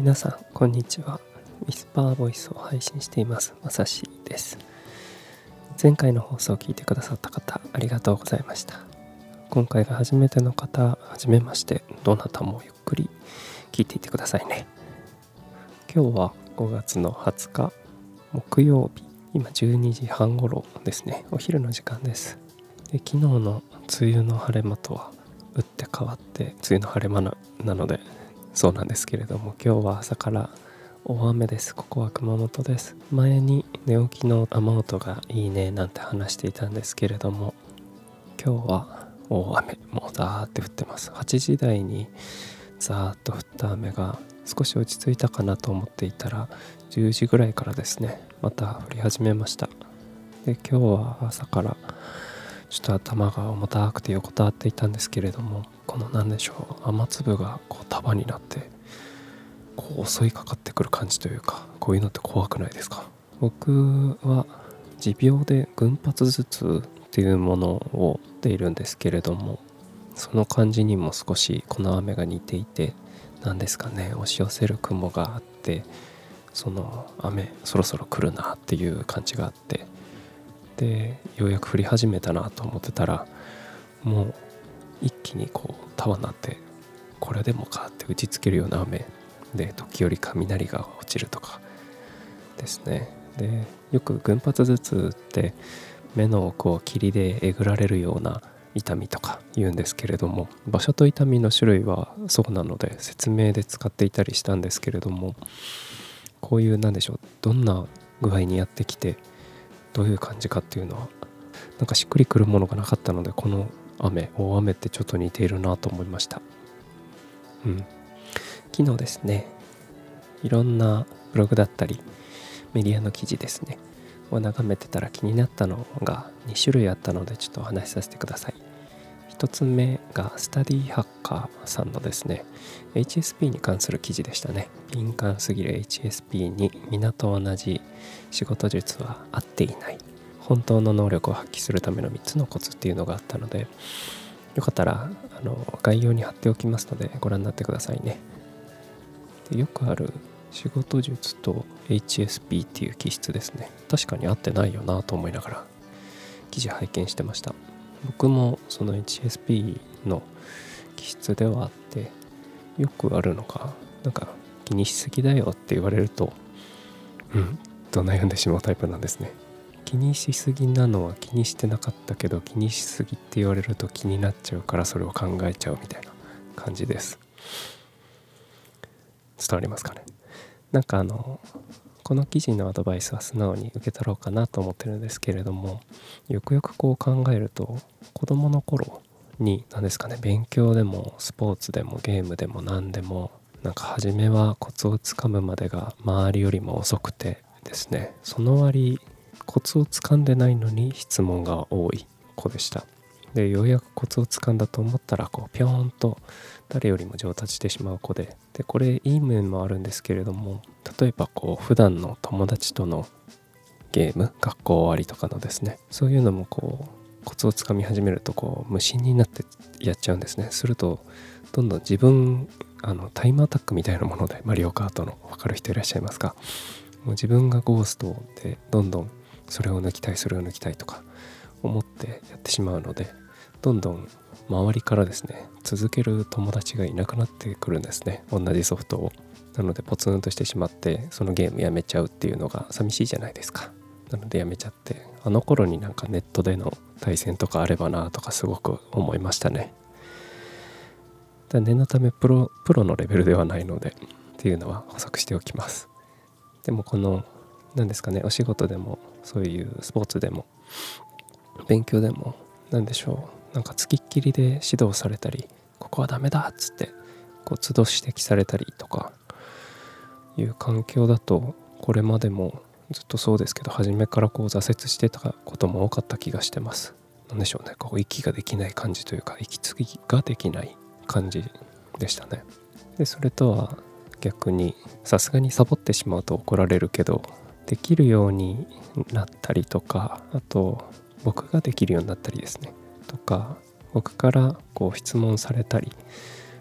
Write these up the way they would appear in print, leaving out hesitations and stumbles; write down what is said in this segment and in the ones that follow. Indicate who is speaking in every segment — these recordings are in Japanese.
Speaker 1: 皆さんこんにちは。ウィスパーボイスを配信していますまさしです。前回の放送を聞いてくださった方ありがとうございました。今回が初めての方、はじめまして。どなたもゆっくり聞いていってくださいね。今日は5月の20日木曜日、今12時半頃ですね。お昼の時間です。で、昨日の梅雨の晴れ間とは打って変わって梅雨の晴れ間 なのでそうなんですけれども、今日は朝から大雨です。ここは熊本です。前に寝起きの雨音がいいねなんて話していたんですけれども、今日は大雨、もうザーって降ってます。8時台にザーっと降った雨が少し落ち着いたかなと思っていたら、10時ぐらいからですね、また降り始めました。で、今日は朝からちょっと頭が重たくて横たわっていたんですけれども、この何でしょう、雨粒がこう束になってこう襲いかかってくる感じというか、こういうのって怖くないですか？僕は持病で群発頭痛っていうものを持っているんですけれども、その感じにも少しこの雨が似ていて、何ですかね、押し寄せる雲があって、その雨そろそろ来るなっていう感じがあって、でようやく降り始めたなと思ってたら、もう一気にこう束になって、これでもかって打ちつけるような雨で、時折雷が落ちるとかですね。で、よく群発頭痛って目の奥を霧でえぐられるような痛みとか言うんですけれども、場所と痛みの種類はそうなので説明で使っていたりしたんですけれども、こういう何でしょう、どんな具合にやってきてどういう感じかっていうのはなんかしっくりくるものがなかったので、この大雨ってちょっと似ているなと思いました。昨日ですね、いろんなブログだったりメディアの記事ですねを眺めてたら、気になったのが2種類あったのでちょっとお話しさせてください。1つ目がスタディハッカーさんのですね HSP に関する記事でしたね。敏感すぎる HSP に皆と同じ仕事術は合っていない、本当の能力を発揮するための3つのコツっていうのがあったので、よかったら概要に貼っておきますのでご覧になってくださいね。で、よくある仕事術と HSP っていう気質ですね。確かに合ってないよなと思いながら記事拝見してました。僕もその HSP の気質ではあって、よくあるのが、なんか気にしすぎだよって言われると悩んでしまうタイプなんですね。気にしすぎなのは気にしてなかったけど、気にしすぎって言われると気になっちゃうから、それを考えちゃうみたいな感じです。伝わりますかね。なんかこの記事のアドバイスは素直に受け取ろうかなと思ってるんですけれども、よくよくこう考えると、子供の頃に何ですかね、勉強でもスポーツでもゲームでも何でも、なんか初めはコツをつかむまでが周りよりも遅くてですね、その割コツをつかんでないのに質問が多い子でした。で、ようやくコツをつかんだと思ったら、こうピョーンと誰よりも上達してしまう子で、これいい面もあるんですけれども、例えばこう普段の友達とのゲーム、学校終わりとかのですね、そういうのもこうコツをつかみ始めると、こう無心になってやっちゃうんですね。するとどんどん自分タイムアタックみたいなもので、マリオカートの分かる人いらっしゃいますか？もう自分がゴーストでどんどんそれを抜きたいとか思ってやってしまうので、どんどん周りからですね、続ける友達がいなくなってくるんですね、同じソフトを。なのでポツンとしてしまって、そのゲームやめちゃうっていうのが寂しいじゃないですか。なのでやめちゃって、あの頃になんかネットでの対戦とかあればなとかすごく思いましたね。念のためプロのレベルではないのでっていうのは補足しておきます。でもこの何ですかね、お仕事でもそういうスポーツでも勉強でも何でしょう、なんかつきっきりで指導されたり、ここはダメだっつってこう都度指摘されたりとかいう環境だと、これまでもずっとそうですけど、初めからこう挫折してたことも多かった気がしてます。なんでしょうね、こう息ができない感じというか、息継ぎができない感じでしたね。で、それとは逆に、さすがにサボってしまうと怒られるけど、できるようになったりとか、あと僕ができるようになったりですねとか、僕からこう質問されたり、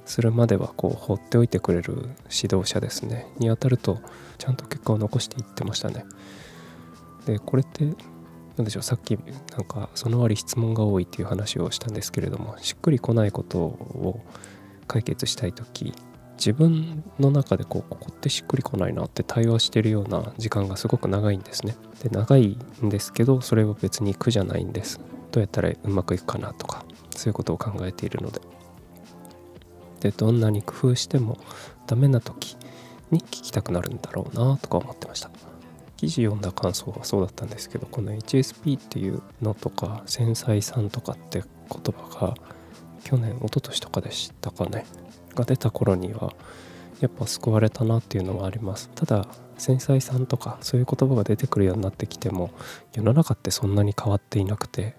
Speaker 1: するまではこう放っておいてくれる指導者ですねに当たるとちゃんと結果を残していってましたね。でこれってなんでしょう、さっきなんかその割質問が多いっていう話をしたんですけれども、しっくりこないことを解決したいとき、自分の中でここってしっくりこないなって対話してるような時間がすごく長いんですね。で長いんですけど、それは別に苦じゃないんです。どうやったらうまくいくかなとか、そういうことを考えているので、どんなに工夫してもダメな時に聞きたくなるんだろうなとか思ってました。記事読んだ感想はそうだったんですけど、この HSP っていうのとか繊細さんとかって言葉が去年一昨年とかでしたかねが出た頃にはやっぱ救われたなっていうのはあります。ただ繊細さんとかそういう言葉が出てくるようになってきても、世の中ってそんなに変わっていなくて、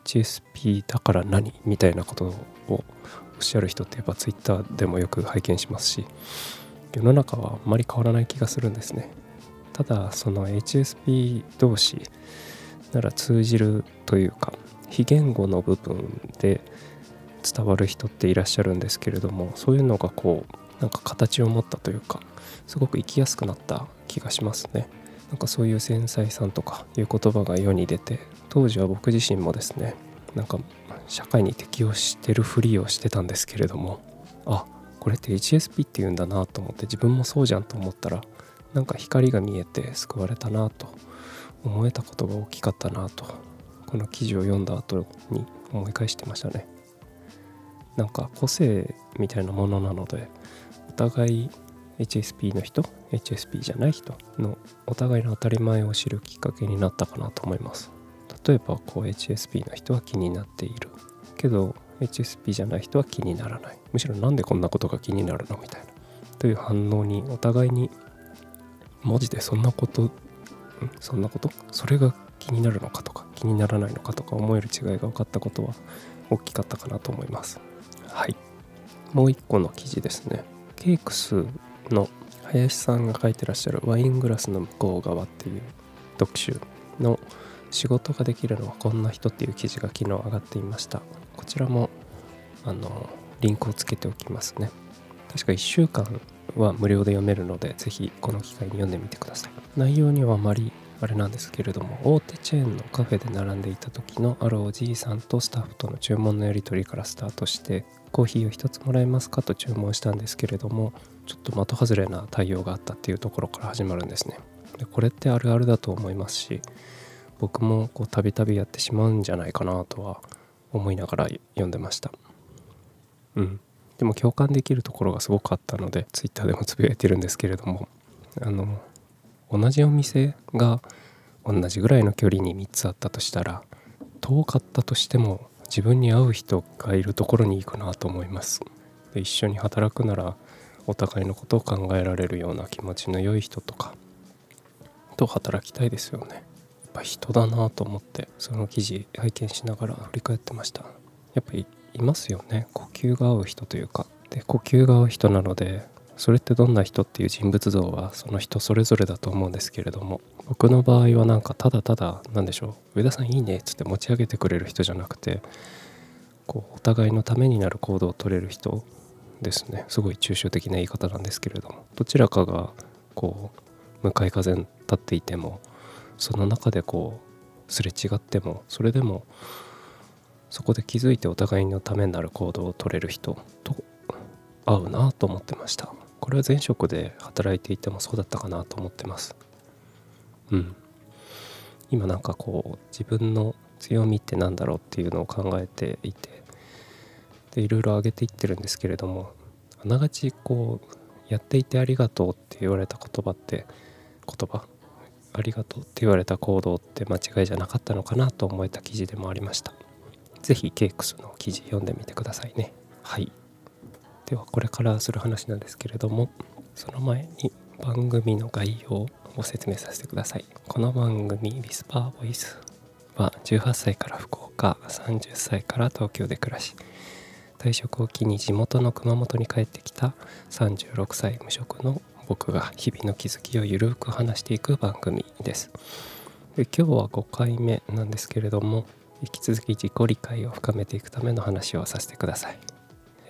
Speaker 1: HSP だから何みたいなことをおっしゃる人ってやっぱ Twitter でもよく拝見しますし、世の中はあんまり変わらない気がするんですね。ただその HSP 同士なら通じるというか、非言語の部分で伝わる人っていらっしゃるんですけれども、そういうのがこうなんか形を持ったというか、すごく生きやすくなった気がしますね。なんかそういう繊細さんとかいう言葉が世に出て、当時は僕自身もですね、なんか社会に適応してるふりをしてたんですけれども、あ、これって HSP って言うんだなと思って、自分もそうじゃんと思ったら、なんか光が見えて救われたなと思えたことが大きかったなと、この記事を読んだ後に思い返してましたね。なんか個性みたいなものなので、お互い HSP の人 HSP じゃない人のお互いの当たり前を知るきっかけになったかなと思います。例えばこう HSP の人は気になっているけど HSP じゃない人は気にならない、むしろなんでこんなことが気になるのみたいなという反応に、お互いにマジでそんなことそれが気になるのかとか気にならないのかとか思える違いが分かったことは大きかったかなと思います。はい、もう一個の記事ですね。ケイクスの林さんが書いてらっしゃるワイングラスの向こう側っていう読集の仕事ができるのはこんな人っていう記事が昨日上がっていました。こちらもリンクをつけておきますね。確か1週間は無料で読めるので、ぜひこの機会に読んでみてください。内容にはあまりあれなんですけれども、大手チェーンのカフェで並んでいた時のあるおじいさんとスタッフとの注文のやり取りからスタートして、コーヒーを一つもらえますかと注文したんですけれども、ちょっと的外れな対応があったっていうところから始まるんですね。でこれってあるあるだと思いますし、僕もこうたびたびやってしまうんじゃないかなとは思いながら読んでました。でも共感できるところがすごくあったので、ツイッターでもつぶやいてるんですけれども、同じお店が同じぐらいの距離に3つあったとしたら、遠かったとしても自分に合う人がいるところに行くなと思います。で一緒に働くならお互いのことを考えられるような気持ちの良い人とかと働きたいですよね。やっぱ人だなと思って、その記事拝見しながら振り返ってました。やっぱりいますよね、呼吸が合う人というか。で呼吸が合う人なので、それってどんな人っていう人物像はその人それぞれだと思うんですけれども、僕の場合はなんかただただなんでしょう、上田さんいいねっつって持ち上げてくれる人じゃなくて、こうお互いのためになる行動を取れる人ですね。すごい抽象的な言い方なんですけれども、どちらかがこう向かい風に立っていても、その中でこうすれ違っても、それでもそこで気づいてお互いのためになる行動を取れる人と合うなと思ってました。これは前職で働いていてもそうだったかなと思ってます。今なんかこう自分の強みってなんだろうっていうのを考えていて、でいろいろ挙げていってるんですけれども、あながちこうやっていてありがとうって言われた言葉ありがとうって言われた行動って間違いじゃなかったのかなと思えた記事でもありました。ぜひケイクスの記事読んでみてくださいね。はい、ではこれからする話なんですけれども、その前に番組の概要を説明させてください。この番組ウィスパーボイスは18歳から福岡、30歳から東京で暮らし、退職を機に地元の熊本に帰ってきた36歳無職の僕が日々の気づきをゆるく話していく番組です。で今日は5回目なんですけれども、引き続き自己理解を深めていくための話をさせてください。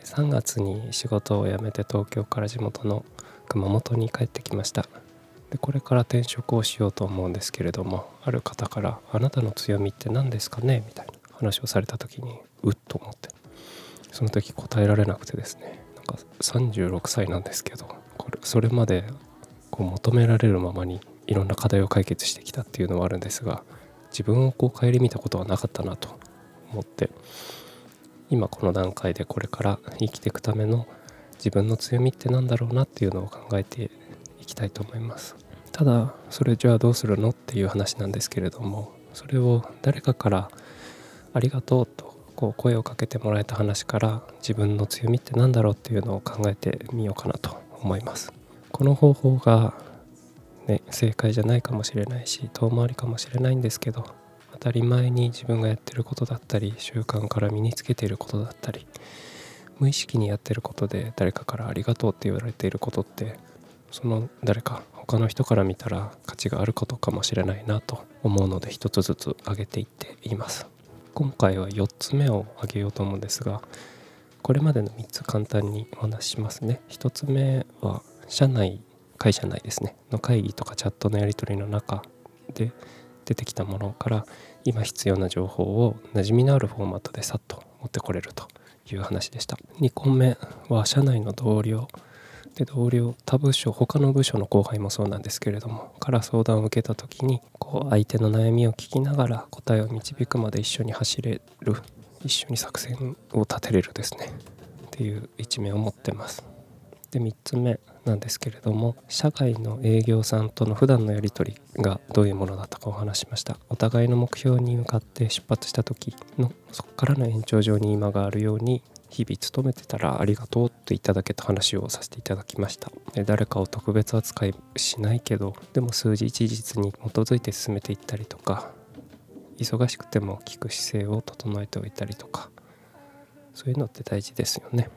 Speaker 1: 3月に仕事を辞めて東京から地元の熊本に帰ってきました。でこれから転職をしようと思うんですけれども、ある方からあなたの強みって何ですかねみたいな話をされた時にうっと思って、その時答えられなくてですね、なんか36歳なんですけど、それまで求められるままにいろんな課題を解決してきたっていうのはあるんですが、自分を顧みたことはなかったなと思って、今この段階でこれから生きていくための自分の強みって何だろうなっていうのを考えていきたいと思います。ただそれじゃあどうするのっていう話なんですけれども、それを誰かからありがとうと声をかけてもらえた話から自分の強みって何だろうっていうのを考えてみようかなと思います。この方法が、正解じゃないかもしれないし遠回りかもしれないんですけど、当たり前に自分がやってることだったり習慣から身につけていることだったり無意識にやってることで誰かからありがとうって言われていることって、その誰か他の人から見たら価値があることかもしれないなと思うので、一つずつ挙げていっています。今回は4つ目を挙げようと思うんですが、これまでの3つ簡単にお話ししますね。1つ目は会社内ですねの会議とかチャットのやり取りの中で出てきたものから今必要な情報を馴染みのあるフォーマットでさっと持ってこれるという話でした。2個目は社内の同僚他部署他の部署の後輩もそうなんですけれどもから相談を受けた時に相手の悩みを聞きながら答えを導くまで一緒に走れる、一緒に作戦を立てれるですねっていう一面を持ってます。で3つ目なんですけれども、社外の営業さんとの普段のやり取りがどういうものだったかお話しました。お互いの目標に向かって出発した時のそこからの延長上に今があるように日々勤めてたらありがとうといただけた話をさせていただきました。で誰かを特別扱いしないけど、でも数字事実に基づいて進めていったりとか、忙しくても聞く姿勢を整えておいたりとか、そういうのって大事ですよね。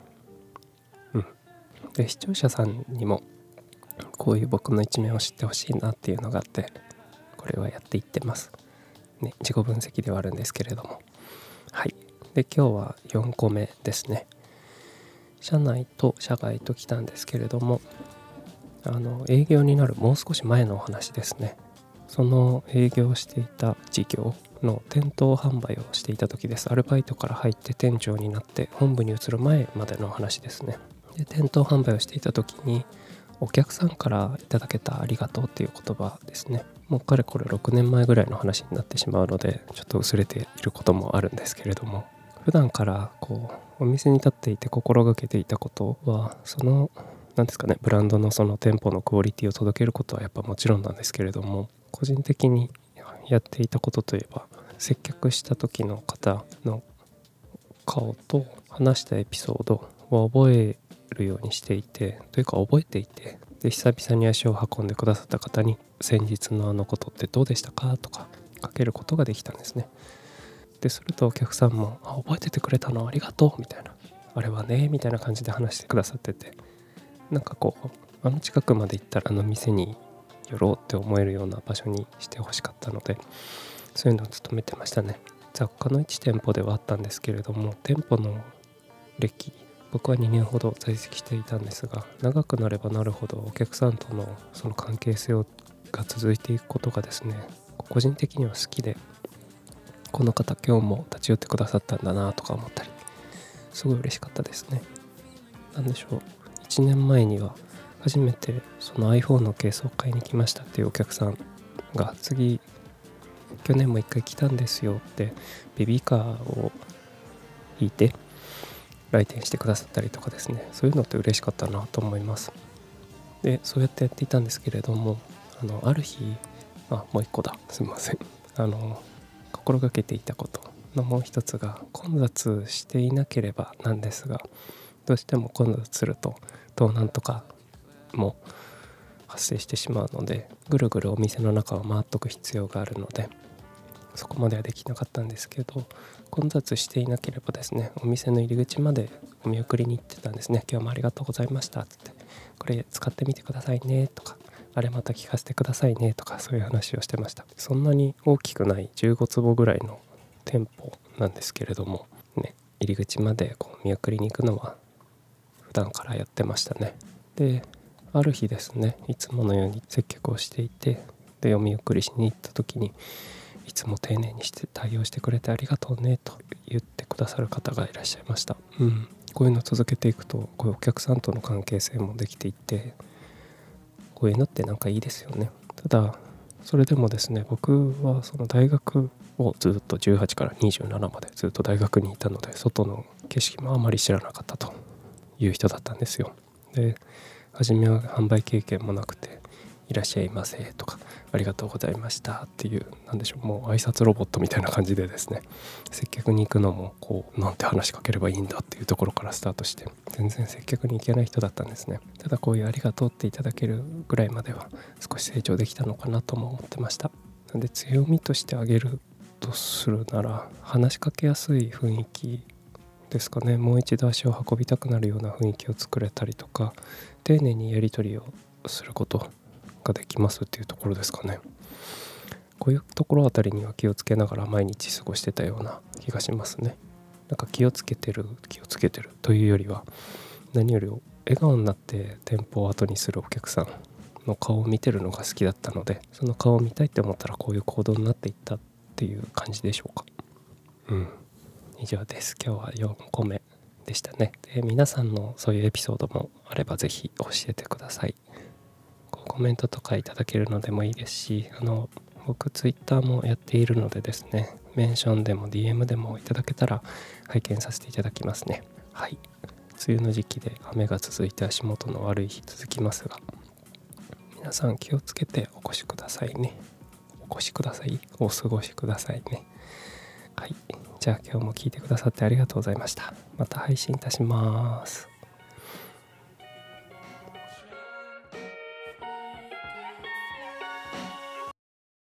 Speaker 1: で視聴者さんにもこういう僕の一面を知ってほしいなっていうのがあって、これはやっていってますね。自己分析ではあるんですけれども、はい。で今日は4個目ですね。社内と社外と来たんですけれども、営業になるもう少し前のお話ですね。その営業していた事業の店頭販売をしていた時です。アルバイトから入って店長になって本部に移る前までの話ですね。で店頭販売をしていた時にお客さんからいただけたありがとうっていう言葉ですね。もうかれこれ6年前ぐらいの話になってしまうのでちょっと薄れていることもあるんですけれども、普段からお店に立っていて心がけていたことは、何ですかね、ブランドのその店舗のクオリティを届けることはやっぱもちろんなんですけれども、個人的にやっていたことといえば、接客した時の方の顔と話したエピソードを覚えるようにしていて、というか覚えていて、で久々に足を運んでくださった方に先日のあのことってどうでしたかとかかけることができたんですね。でするとお客さんも覚えててくれたのありがとうみたいな、あれはねみたいな感じで話してくださってて、なんかあの近くまで行ったらあの店に寄ろうって思えるような場所にしてほしかったので、そういうのを努めてましたね。雑貨の1店舗ではあったんですけれども、店舗の歴、僕は2年ほど在籍していたんですが、長くなればなるほどお客さんとのその関係性が続いていくことがですね、個人的には好きで、この方今日も立ち寄ってくださったんだなとか思ったり、すごい嬉しかったですね。なんでしょう、1年前には初めてその iPhone のケースを買いに来ましたっていうお客さんが、去年も1回来たんですよってベビーカーを引いて来店してくださったりとかですね、そういうのって嬉しかったなと思います。でそうやってやっていたんですけれども、ある日、もう一個だ、すみません、心がけていたことのもう一つが、混雑していなければなんですが、どうしても混雑すると盗難とかも発生してしまうので、ぐるぐるお店の中を回っとく必要があるので、そこまではできなかったんですけど、混雑していなければですね、お店の入り口までお見送りに行ってたんですね。今日もありがとうございましたって、これ使ってみてくださいねとか、あれまた聞かせてくださいねとか、そういう話をしてました。そんなに大きくない15坪ぐらいの店舗なんですけれどもね、入り口まで見送りに行くのは普段からやってましたね。である日ですね、いつものように接客をしていて、で読み送りしに行った時に、いつも丁寧にして対応してくれてありがとうねと言ってくださる方がいらっしゃいました。こういうの続けていくと、こういうお客さんとの関係性もできていって、こういうのってなんかいいですよね。ただそれでもですね、僕はその大学をずっと18から27までずっと大学にいたので、外の景色もあまり知らなかったという人だったんですよ。で初めは販売経験もなくて、いらっしゃいませとかありがとうございましたっていう、なんでしょう、もう挨拶ロボットみたいな感じでですね、接客に行くのもこうなんて話しかければいいんだっていうところからスタートして、全然接客に行けない人だったんですね。ただこういうありがとうっていただけるぐらいまでは少し成長できたのかなとも思ってました。なんで強みとしてあげるとするなら、話しかけやすい雰囲気ですかね。もう一度足を運びたくなるような雰囲気を作れたりとか、丁寧にやり取りをすることができますっていうところですかね。こういうところあたりには気をつけながら毎日過ごしてたような気がしますね。なんか気をつけてるというよりは、何より笑顔になって店舗を後にするお客さんの顔を見てるのが好きだったので、その顔を見たいって思ったらこういう行動になっていったっていう感じでしょうか。以上です。今日は4個目でしたね。で皆さんのそういうエピソードもあればぜひ教えてください。コメントとかいただけるのでもいいですし、僕ツイッターもやっているのでですね、メンションでも DM でもいただけたら拝見させていただきますね。はい。梅雨の時期で雨が続いて足元の悪い日続きますが、皆さん気をつけてお過ごしくださいね。お過ごしくださいね。はい。じゃあ今日も聞いてくださってありがとうございました。また配信いたします。